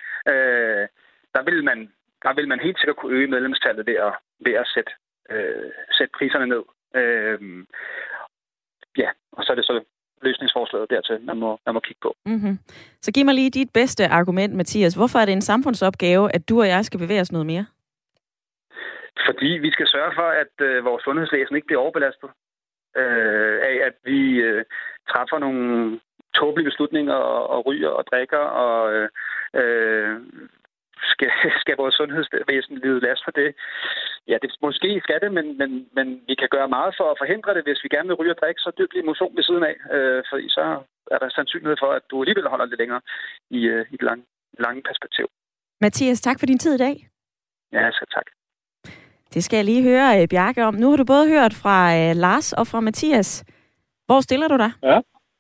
S6: Der vil man helt sikkert kunne øge medlemstallet ved at sætte priserne ned. Og så er det så løsningsforslaget dertil, man må kigge på.
S1: Mm-hmm. Så giv mig lige dit bedste argument, Mathias. Hvorfor er det en samfundsopgave, at du og jeg skal bevæge os noget mere?
S6: Fordi vi skal sørge for, at vores sundhedsvæsen ikke bliver overbelastet. Af at vi træffer nogle tåbelige beslutninger og ryger og drikker og skal vores sundhedsvæsen lide last for det. Ja, det måske skal det, men vi kan gøre meget for at forhindre det. Hvis vi gerne vil ryge og drikke, så dybelig motion ved siden af. Fordi så er der sandsynlighed for, at du alligevel holder lidt længere i et lange perspektiv.
S1: Mathias, tak for din tid i dag.
S6: Ja, så tak.
S1: Det skal jeg lige høre Bjarke om. Nu har du både hørt fra Lars og fra Mathias. Hvor stiller du dig?
S2: Ja.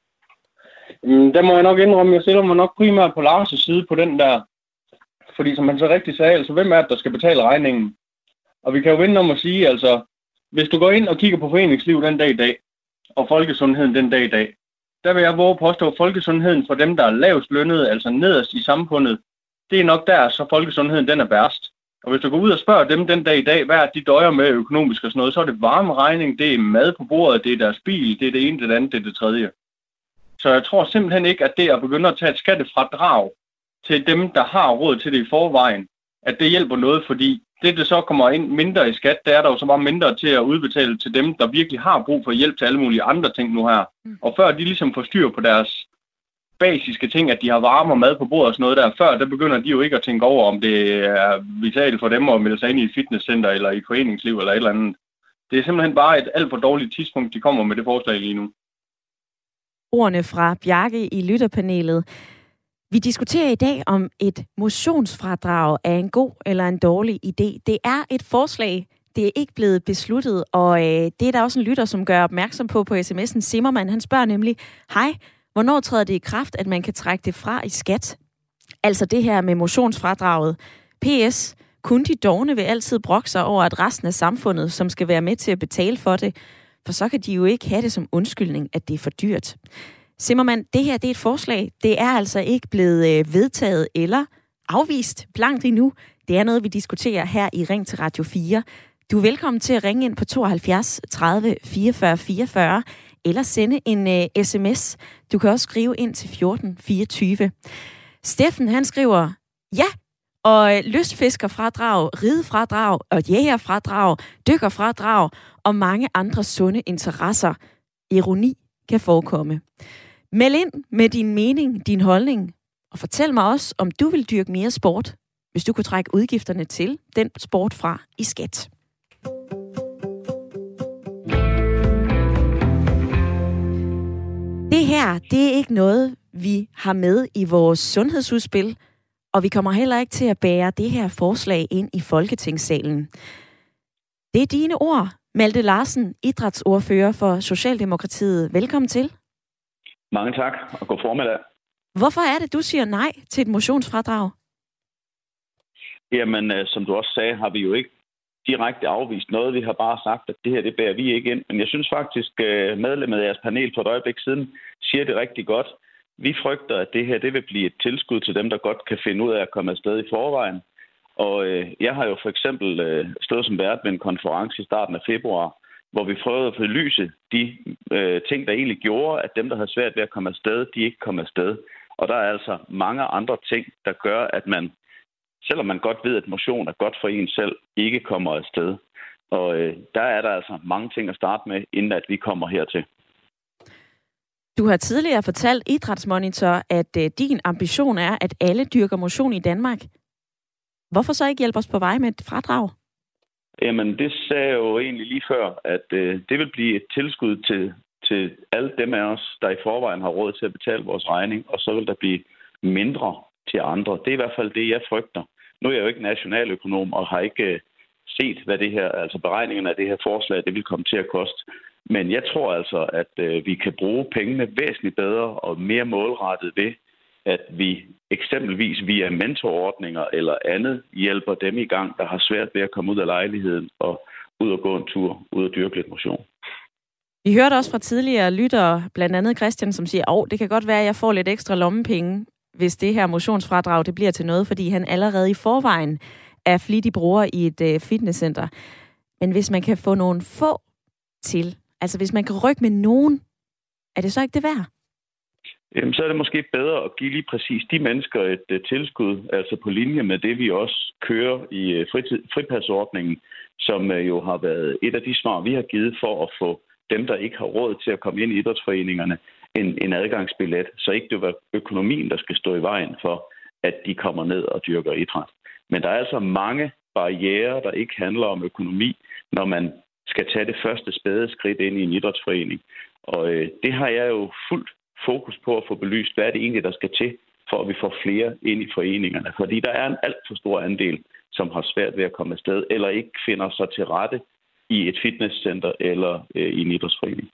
S2: Der må jeg nok indrømme, jeg stiller mig nok primært på Lars' side på den der. Fordi som han så rigtig sagde, altså hvem er det, der skal betale regningen? Og vi kan jo vende om at sige, altså hvis du går ind og kigger på foreningsliv den dag i dag, og folkesundheden den dag i dag, der vil jeg våge at påstå, at folkesundheden for dem, der er lavest lønnede, altså nederst i samfundet, det er nok der, så folkesundheden den er værst. Og hvis du går ud og spørger dem den dag i dag, hvad de døjer med økonomisk og sådan noget, så er det varmeregning, det er mad på bordet, det er deres bil, det er det ene, det andet, det er det tredje. Så jeg tror simpelthen ikke, at det at begynde at tage et skattefradrag til dem, der har råd til det i forvejen, at det hjælper noget, fordi det så kommer ind mindre i skat, der er der jo så meget mindre til at udbetale til dem, der virkelig har brug for hjælp til alle mulige andre ting nu her. Og før de ligesom får styr på deres basiske ting, at de har varme og mad på bordet og sådan noget der, før der begynder de jo ikke at tænke over, om det er vitalt for dem at melde sig ind i et fitnesscenter eller i foreningsliv eller et eller andet. Det er simpelthen bare et alt for dårligt tidspunkt, de kommer med det forslag lige nu.
S1: Ordene fra Bjarke i lytterpanelet. Vi diskuterer i dag, om et motionsfradrag er en god eller en dårlig idé. Det er et forslag, det er ikke blevet besluttet, og det er der også en lytter, som gør opmærksom på sms'en. Zimmermann, han spørger nemlig, hej, hvornår træder det i kraft, at man kan trække det fra i skat? Altså det her med motionsfradraget. PS, kun de dovne vil altid brokke sig over, at resten af samfundet, som skal være med til at betale for det, for så kan de jo ikke have det som undskyldning, at det er for dyrt. Zimmermann, det her det er et forslag. Det er altså ikke blevet vedtaget eller afvist blankt endnu. Det er noget, vi diskuterer her i Ring til Radio 4. Du er velkommen til at ringe ind på 72 30 44 44 eller sende en sms. Du kan også skrive ind til 14 24. Steffen, han skriver, ja, og lystfiskerfradrag, ridefradrag og jægerfradrag, dykkerfradrag og mange andre sunde interesser. Ironi kan forekomme. Meld ind med din mening, din holdning, og fortæl mig også, om du vil dyrke mere sport, hvis du kunne trække udgifterne til den sport fra i skat. Det her, det er ikke noget, vi har med i vores sundhedsudspil, og vi kommer heller ikke til at bære det her forslag ind i Folketingssalen. Det er dine ord, Malte Larsen, idrætsordfører for Socialdemokratiet. Velkommen til.
S8: Mange tak, og god formiddag.
S1: Hvorfor er det, du siger nej til et motionsfradrag?
S8: Jamen, som du også sagde, har vi jo ikke direkte afvist noget. Vi har bare sagt, at det her, det bærer vi ikke ind. Men jeg synes faktisk, medlemmet af jeres panel for et øjeblik siden siger det rigtig godt. Vi frygter, at det her, det vil blive et tilskud til dem, der godt kan finde ud af at komme afsted i forvejen. Og jeg har jo for eksempel stået som vært ved en konference i starten af februar, hvor vi prøvede at belyse de ting, der egentlig gjorde, at dem, der havde svært ved at komme afsted, de ikke kom afsted. Og der er altså mange andre ting, der gør, at man, selvom man godt ved, at motion er godt for en selv, ikke kommer afsted. Og der er der altså mange ting at starte med, inden at vi kommer hertil.
S1: Du har tidligere fortalt Idrætsmonitor, at din ambition er, at alle dyrker motion i Danmark. Hvorfor så ikke hjælpe os på vej med et fradrag?
S8: Jamen, det sagde jeg jo egentlig lige før, at det vil blive et tilskud til alle dem af os, der i forvejen har råd til at betale vores regning, og så vil der blive mindre til andre. Det er i hvert fald det, jeg frygter. Nu er jeg jo ikke nationaløkonom og har ikke set, hvad det her, altså beregningerne af det her forslag, det vil komme til at koste. Men jeg tror altså, at vi kan bruge pengene væsentligt bedre og mere målrettet ved, at vi eksempelvis via mentorordninger eller andet hjælper dem i gang, der har svært ved at komme ud af lejligheden og ud og gå en tur, ud og dyrke lidt motion.
S1: Vi hørte også fra tidligere lyttere, blandt andet Christian, som siger, det kan godt være, at jeg får lidt ekstra lommepenge, hvis det her motionsfradrag det bliver til noget, fordi han allerede i forvejen er flittig bruger i et fitnesscenter. Men hvis man kan få nogle få til, altså hvis man kan rykke med nogen, er det så ikke det værd?
S8: Jamen, så er det måske bedre at give lige præcis de mennesker et tilskud, altså på linje med det, vi også kører i fripassordningen, som jo har været et af de svar, vi har givet for at få dem, der ikke har råd til at komme ind i idrætsforeningerne, en adgangsbillet, så ikke det var økonomien, der skal stå i vejen for, at de kommer ned og dyrker idræt. Men der er altså mange barrierer, der ikke handler om økonomi, når man skal tage det første spæde skridt ind i en idrætsforening. Og det har jeg jo fuldt fokus på at få belyst, hvad er det egentlig, der skal til, for at vi får flere ind i foreningerne. Fordi der er en alt for stor andel, som har svært ved at komme afsted, eller ikke finder sig til rette i et fitnesscenter eller i en idrætsforening.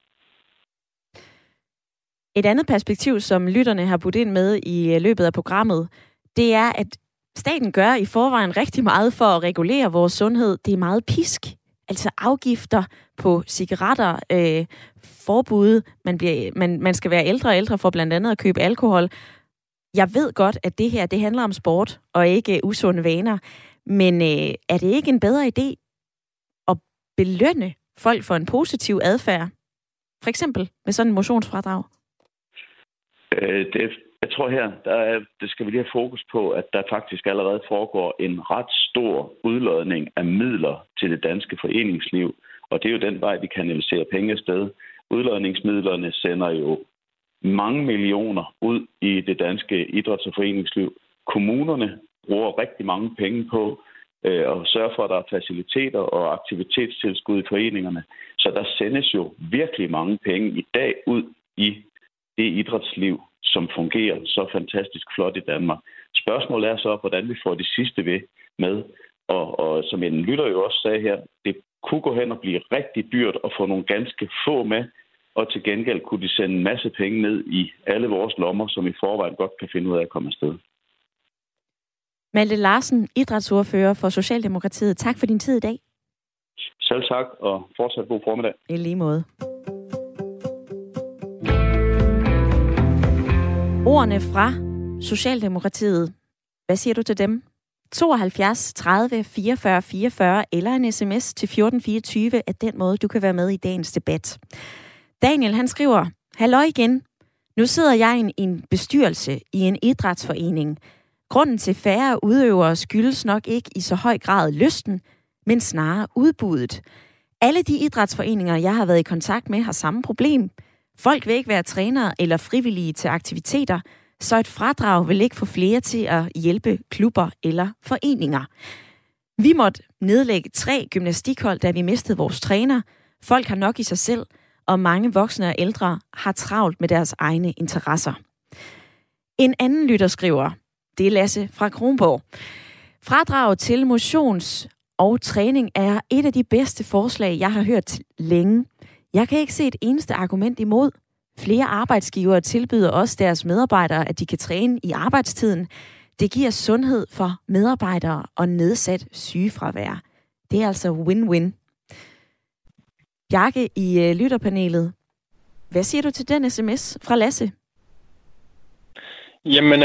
S1: Et andet perspektiv, som lytterne har budt ind med i løbet af programmet, det er, at staten gør i forvejen rigtig meget for at regulere vores sundhed. Det er meget pisk. Altså afgifter på cigaretter, forbud, man skal være ældre og ældre for blandt andet at købe alkohol. Jeg ved godt, at det her, det handler om sport og ikke usunde vaner. Men er det ikke en bedre idé at belønne folk for en positiv adfærd? For eksempel med sådan en motionsfradrag?
S8: Jeg tror her, det skal vi lige have fokus på, at der faktisk allerede foregår en ret stor udlodning af midler til det danske foreningsliv. Og det er jo den vej, vi kanaliserer penge afsted. Udlodningsmidlerne sender jo mange millioner ud i det danske idræts- og foreningsliv. Kommunerne bruger rigtig mange penge på at sørge for, at der er faciliteter og aktivitetstilskud i foreningerne. Så der sendes jo virkelig mange penge i dag ud i det idrætsliv, som fungerer så fantastisk flot i Danmark. Spørgsmålet er så, hvordan vi får det sidste ved med. Og som en lytter jo også sagde her, det kunne gå hen og blive rigtig dyrt at få nogle ganske få med, og til gengæld kunne de sende en masse penge ned i alle vores lommer, som i forvejen godt kan finde ud af at komme afsted.
S1: Malte Larsen, idrætsordfører for Socialdemokratiet. Tak for din tid i dag.
S8: Selv tak, og fortsat god formiddag.
S1: I lige måde. Ordene fra Socialdemokratiet. Hvad siger du til dem? 72 30 44 44 eller en sms til 1424 er den måde, du kan være med i dagens debat. Daniel, han skriver, halløj igen. Nu sidder jeg i en bestyrelse i en idrætsforening. Grunden til færre udøvere skyldes nok ikke i så høj grad lysten, men snarere udbuddet. Alle de idrætsforeninger, jeg har været i kontakt med, har samme problem. Folk vil ikke være trænere eller frivillige til aktiviteter, så et fradrag vil ikke få flere til at hjælpe klubber eller foreninger. Vi måtte nedlægge 3 gymnastikhold, da vi mistede vores træner. Folk har nok i sig selv, og mange voksne og ældre har travlt med deres egne interesser. En anden lytter skriver, det er Lasse fra Kronborg. Fradrag til motions- og træning er et af de bedste forslag, jeg har hørt længe. Jeg kan ikke se et eneste argument imod. Flere arbejdsgivere tilbyder også deres medarbejdere, at de kan træne i arbejdstiden. Det giver sundhed for medarbejdere og nedsat sygefravær. Det er altså win-win. Bjarke i lytterpanelet. Hvad siger du til den sms fra Lasse?
S2: Jamen,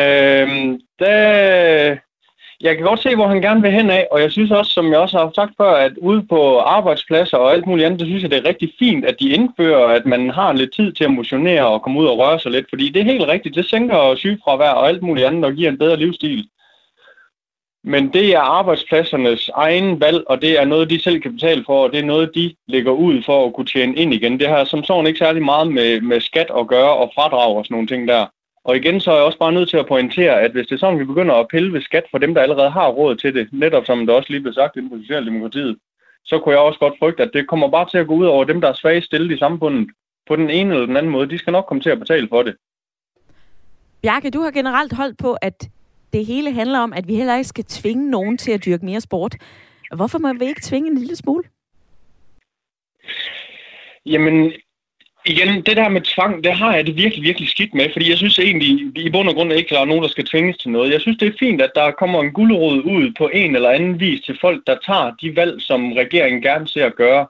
S2: jeg kan godt se, hvor han gerne vil hen af, og jeg synes også, som jeg også har sagt før, at ude på arbejdspladser og alt muligt andet, det synes jeg, det er rigtig fint, at de indfører, at man har lidt tid til at motionere og komme ud og røre sig lidt, fordi det er helt rigtigt, det sænker sygefravær og alt muligt andet og giver en bedre livsstil. Men det er arbejdspladsernes egen valg, og det er noget, de selv kan betale for, og det er noget, de lægger ud for at kunne tjene ind igen. Det har som sådan ikke særlig meget med skat at gøre og fradrag og sådan nogle ting der. Og igen, så er jeg også bare nødt til at pointere, at hvis det er sådan, vi begynder at pille ved skat for dem, der allerede har råd til det, netop som det også lige blev sagt inden for Socialdemokratiet, så kunne jeg også godt frygte, at det kommer bare til at gå ud over dem, der er svage stillet i samfundet på den ene eller den anden måde. De skal nok komme til at betale for det.
S1: Bjarke, du har generelt holdt på, at det hele handler om, at vi heller ikke skal tvinge nogen til at dyrke mere sport. Hvorfor må vi ikke tvinge en lille smule?
S2: Jamen, igen, det der med tvang, det har jeg det virkelig, virkelig skidt med, fordi jeg synes egentlig, i bund og grund ikke, der er nogen, der skal tvinges til noget. Jeg synes, det er fint, at der kommer en gulerod ud på en eller anden vis til folk, der tager de valg, som regeringen gerne ser at gøre.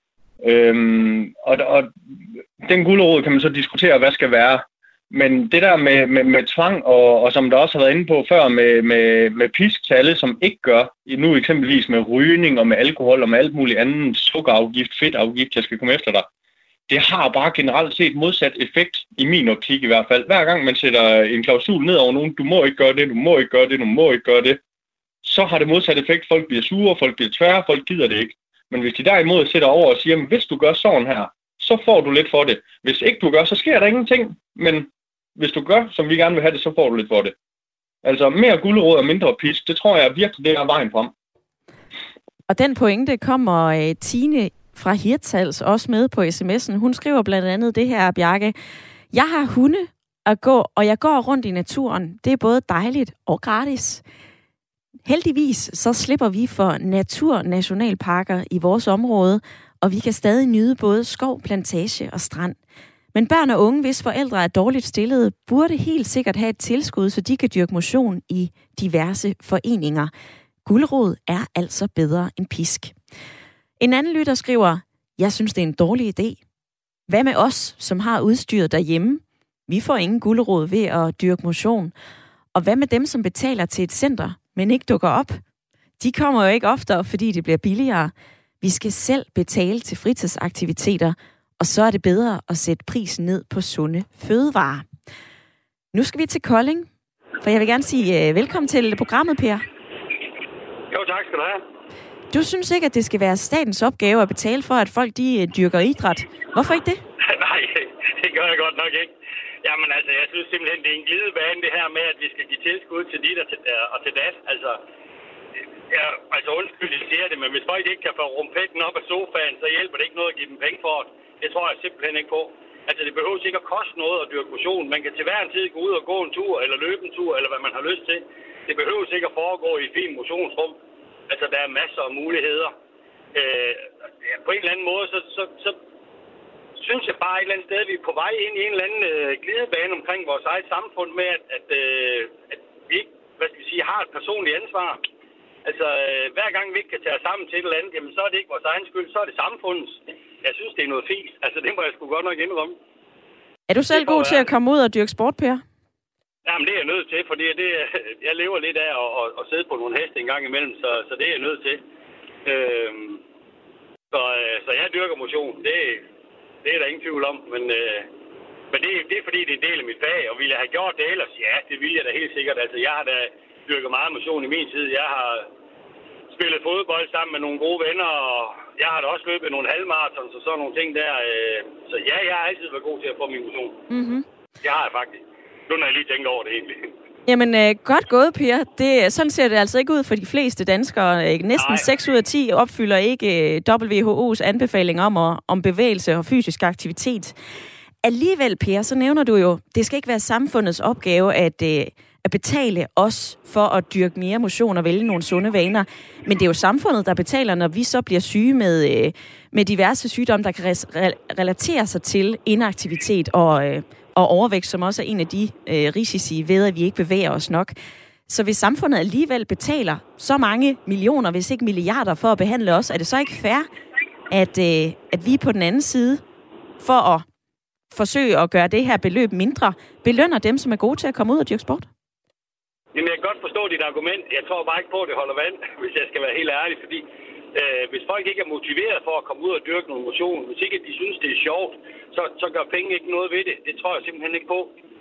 S2: Og den gulerod kan man så diskutere, hvad skal være. Men det der med tvang, og som der også har været inde på før, med pisk til alle, som ikke gør, nu eksempelvis med rygning og med alkohol og med alt muligt andet, sukkerafgift, fedtafgift, jeg skal komme efter dig, det har bare generelt set modsat effekt, i min optik i hvert fald. Hver gang man sætter en klausul ned over nogen, du må ikke gøre det, du må ikke gøre det, du må ikke gøre det, så har det modsat effekt. Folk bliver sure, folk bliver tvære, folk gider det ikke. Men hvis de derimod sætter over og siger, hvis du gør sådan her, så får du lidt for det. Hvis ikke du gør, så sker der ingenting. Men hvis du gør, som vi gerne vil have det, så får du lidt for det. Altså mere gulerod og mindre pisk, det tror jeg virkelig, det er vejen frem.
S1: Og den pointe kommer Tine fra Hirtshals også med på sms'en. Hun skriver blandt andet det her, Bjarke. Jeg har hunde at gå, og jeg går rundt i naturen. Det er både dejligt og gratis. Heldigvis så slipper vi for naturnationalparker i vores område, og vi kan stadig nyde både skov, plantage og strand. Men børn og unge, hvis forældre er dårligt stillede, burde helt sikkert have et tilskud, så de kan dyrke motion i diverse foreninger. Gulerod er altså bedre end pisk. En anden lytter skriver, jeg synes, det er en dårlig idé. Hvad med os, som har udstyret derhjemme? Vi får ingen gulerod ved at dyrke motion. Og hvad med dem, som betaler til et center, men ikke dukker op? De kommer jo ikke oftere, fordi det bliver billigere. Vi skal selv betale til fritidsaktiviteter, og så er det bedre at sætte prisen ned på sunde fødevarer. Nu skal vi til Kolding, for jeg vil gerne sige velkommen til programmet, Per.
S7: Jo, tak skal du have.
S1: Du synes ikke, at det skal være statens opgave at betale for, at folk de dyrker idræt. Hvorfor ikke det?
S7: Nej, det gør jeg godt nok ikke. Jamen altså, jeg synes simpelthen, det er en glidebane, det her med, at vi skal give tilskud til dit og til dat. Altså undskyld, jeg siger det, men hvis folk ikke kan få rumpetten op af sofaen, så hjælper det ikke noget at give dem penge for det. Det tror jeg simpelthen ikke på. Altså, det behøver ikke at koste noget at dyrke motion. Man kan til hver en tid gå ud og gå en tur, eller løbe en tur, eller hvad man har lyst til. Det behøver ikke at foregå i et fint motionsrum. Altså, der er masser af muligheder. På en eller anden måde, så synes jeg bare et eller andet sted, at vi er på vej ind i en eller anden glidebane omkring vores eget samfund med, at vi ikke, har et personligt ansvar. Altså, hver gang vi ikke kan tage os sammen til et eller andet, jamen så er det ikke vores egen skyld, så er det samfundets. Jeg synes, det er noget fint. Altså, det må jeg sgu godt nok indrømme.
S1: Er du selv god til at komme ud og dyrke sport, Per?
S9: Jamen, det er jeg nødt til, fordi jeg lever lidt af at sidde på nogle heste en gang imellem, så det er jeg nødt til. Så jeg dyrker motion. Det er der ingen tvivl om, men det er fordi, det er en del af mit fag, og ville jeg have gjort det ellers? Ja, det ville jeg da helt sikkert. Altså, jeg har da dyrket meget motion i min tid. Jeg har spillet fodbold sammen med nogle gode venner, og jeg har da også løbet nogle halvmarathons og sådan nogle ting der. Så ja, jeg har altid været god til at få min motion. Mm-hmm. Det har jeg faktisk. Nu når jeg lige tænkt over det egentlig.
S1: Jamen, godt gået, Per. Sådan ser det altså ikke ud for de fleste danskere. Næsten 6 ud af 10 opfylder ikke WHO's anbefaling om bevægelse og fysisk aktivitet. Alligevel, Per, så nævner du jo, det skal ikke være samfundets opgave at betale os for at dyrke mere motion og vælge nogle sunde vaner. Men det er jo samfundet, der betaler, når vi så bliver syge med diverse sygdomme, der kan relatere sig til inaktivitet og overvægt, som også er en af de risici ved, at vi ikke bevæger os nok. Så hvis samfundet alligevel betaler så mange millioner, hvis ikke milliarder, for at behandle os, er det så ikke fair, at vi på den anden side, for at forsøge at gøre det her beløb mindre, belønner dem, som er gode til at komme ud og dyrke sport?
S9: Jamen, jeg kan godt forstå dit argument. Jeg tror bare ikke på, at det holder vand, hvis jeg skal være helt ærlig, fordi hvis folk ikke er motiveret for at komme ud og dyrke noget motion, hvis ikke de synes, det er sjovt, så gør penge ikke noget ved det. Det tror jeg simpelthen ikke på.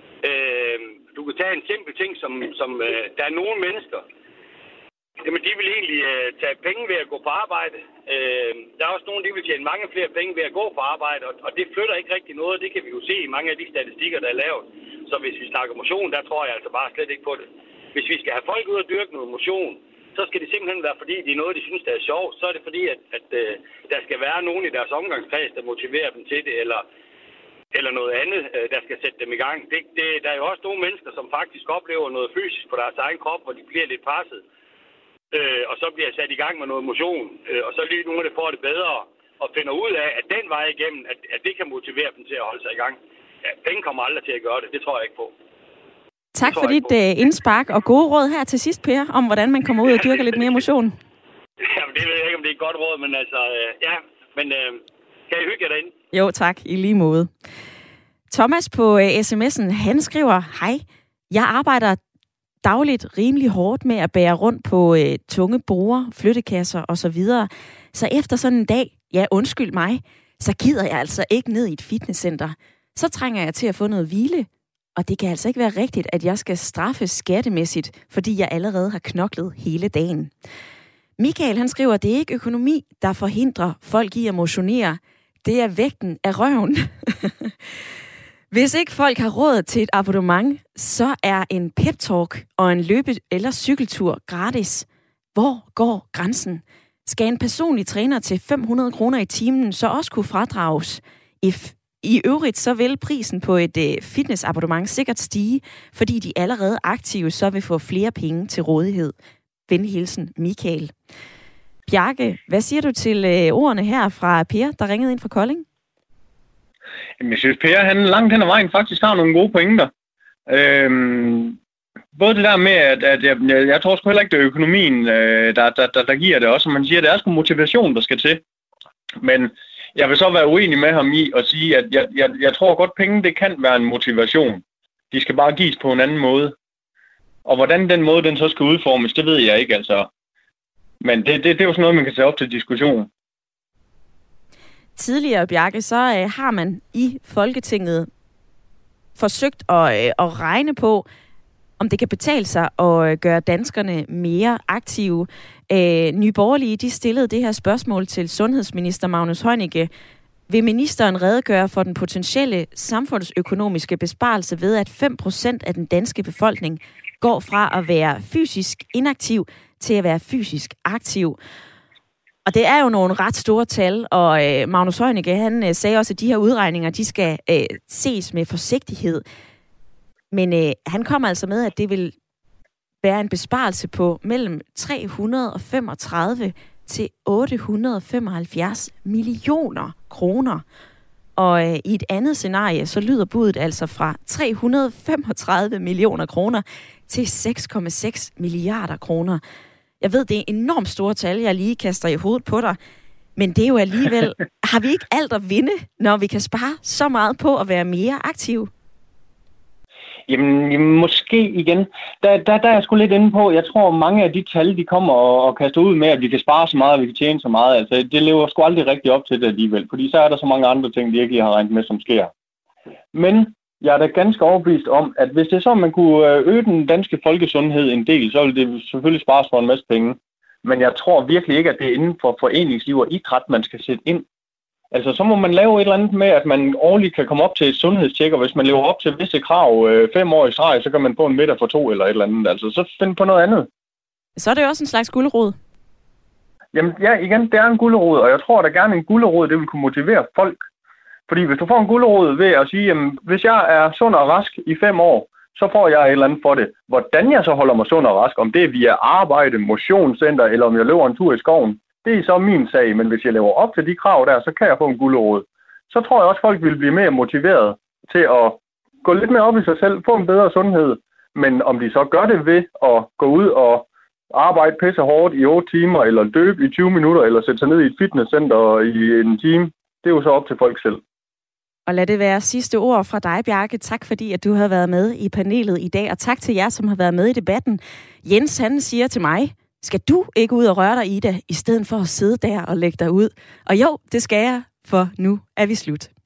S9: Du kan tage en simpel ting, som der er nogle mennesker, jamen de vil egentlig tage penge ved at gå på arbejde. Der er også nogen, der vil tjene mange flere penge ved at gå på arbejde, og det flytter ikke rigtig noget. Det kan vi jo se i mange af de statistikker, der er lavet. Så hvis vi snakker motion, der tror jeg altså bare slet ikke på det. Hvis vi skal have folk ud og dyrke noget motion, så skal det simpelthen være, fordi det er noget, de synes, der er sjovt. Så er det fordi, at der skal være nogen i deres omgangskreds, der motiverer dem til det, eller noget andet, der skal sætte dem i gang. Der er jo også nogle mennesker, som faktisk oplever noget fysisk på deres egen krop, hvor de bliver lidt presset. Og så bliver sat i gang med noget motion, og så lige nogle, der får det bedre, og finder ud af, at den vej igennem, at det kan motivere dem til at holde sig i gang. Ja, penge kommer aldrig til at gøre det. Det tror jeg ikke på.
S1: Tak for dit indspark og gode råd her til sidst, Per, om hvordan man kommer ud og dyrker lidt mere motion.
S9: Jamen, det ved jeg ikke, om det er et godt råd, men altså, ja. Men kan I hygge jer derinde?
S1: Jo, tak. I lige måde. Thomas på sms'en, han skriver, hej, jeg arbejder dagligt rimelig hårdt med at bære rundt på tunge borer, flyttekasser osv. Så efter sådan en dag, ja undskyld mig, så gider jeg altså ikke ned i et fitnesscenter. Så trænger jeg til at få noget hvile, og det kan altså ikke være rigtigt, at jeg skal straffes skattemæssigt, fordi jeg allerede har knoklet hele dagen. Michael, han skriver, at det er ikke økonomi, der forhindrer folk i at motionere. Det er vægten af røven. Hvis ikke folk har råd til et abonnement, så er en pep-talk og en løbe- eller cykeltur gratis. Hvor går grænsen? Skal en personlig træner til 500 kroner i timen så også kunne fradrages? I øvrigt så vil prisen på et fitnessabonnement sikkert stige, fordi de allerede aktive så vil få flere penge til rådighed. Venlig hilsen, Michael. Bjarke, hvad siger du til ordene her fra Per, der ringede ind fra Kolding?
S2: Jeg synes, Per, han langt hen ad vejen faktisk har nogle gode pointer. Både det der med, at jeg tror sgu heller ikke, det er økonomien, der giver det også. Man siger, at det er sgu motivation, der skal til. Men jeg vil så være uenig med ham i at sige, at jeg tror godt, penge det kan være en motivation. De skal bare gives på en anden måde. Og hvordan den måde, den så skal udformes, det ved jeg ikke, altså. Men det er jo sådan noget, man kan tage op til diskussion.
S1: Tidligere, Bjarke, så har man i Folketinget forsøgt at regne på, om det kan betale sig at gøre danskerne mere aktive. Nye Borgerlige, de stillede det her spørgsmål til sundhedsminister Magnus Heunicke. Vil ministeren redegøre for den potentielle samfundsøkonomiske besparelse ved, at 5% af den danske befolkning går fra at være fysisk inaktiv til at være fysisk aktiv? Og det er jo nogle ret store tal, og Magnus Heunicke, han sagde også, at de her udregninger, de skal ses med forsigtighed. Men han kom altså med, at det vil være en besparelse på mellem 335 til 875 millioner kroner. Og i et andet scenarie, så lyder budet altså fra 335 millioner kroner til 6,6 milliarder kroner. Jeg ved, det er enormt store tal, jeg lige kaster i hovedet på dig. Men det er jo alligevel, har vi ikke alt at vinde, når vi kan spare så meget på at være mere aktive?
S2: Jamen, måske igen. Der er jeg sgu lidt inde på, jeg tror mange af de tal, de kommer og kaster ud med, at vi kan spare så meget, og vi kan tjene så meget, altså det lever sgu aldrig rigtig op til det alligevel, fordi så er der så mange andre ting, de ikke lige har regnet med, som sker. Men jeg er da ganske overbevist om, at hvis det er så, man kunne øge den danske folkesundhed en del, så ville det selvfølgelig spares for en masse penge. Men jeg tror virkelig ikke, at det er inden for foreningsliv og idræt, man skal sætte ind. Altså, så må man lave et eller andet med, at man årligt kan komme op til et sundhedstjek, og hvis man lever op til visse krav 5 år i streg, så kan man få en middag for 2 eller et eller andet. Altså, så find på noget andet.
S1: Så er det også en slags gulerod.
S2: Jamen, ja, igen, det er en gulerod, og jeg tror da gerne, en gulerod, det vil kunne motivere folk. Fordi hvis du får en gulerod ved at sige, jamen, hvis jeg er sund og rask i 5 år, så får jeg et eller andet for det. Hvordan jeg så holder mig sund og rask, om det er via arbejde, motionscenter, eller om jeg løber en tur i skoven, det er så min sag, men hvis jeg lever op til de krav der, så kan jeg få en gulerod. Så tror jeg også, at folk vil blive mere motiveret til at gå lidt mere op i sig selv, få en bedre sundhed. Men om de så gør det ved at gå ud og arbejde pisse hårdt i 8 timer, eller løbe i 20 minutter, eller sætte sig ned i et fitnesscenter i en time, det er jo så op til folk selv.
S1: Og lad det være sidste ord fra dig, Bjarke. Tak fordi, at du har været med i panelet i dag, og tak til jer, som har været med i debatten. Jens, han siger til mig, skal du ikke ud og røre dig i det, i stedet for at sidde der og lægge dig ud? Og jo, det skal jeg, for nu er vi slut.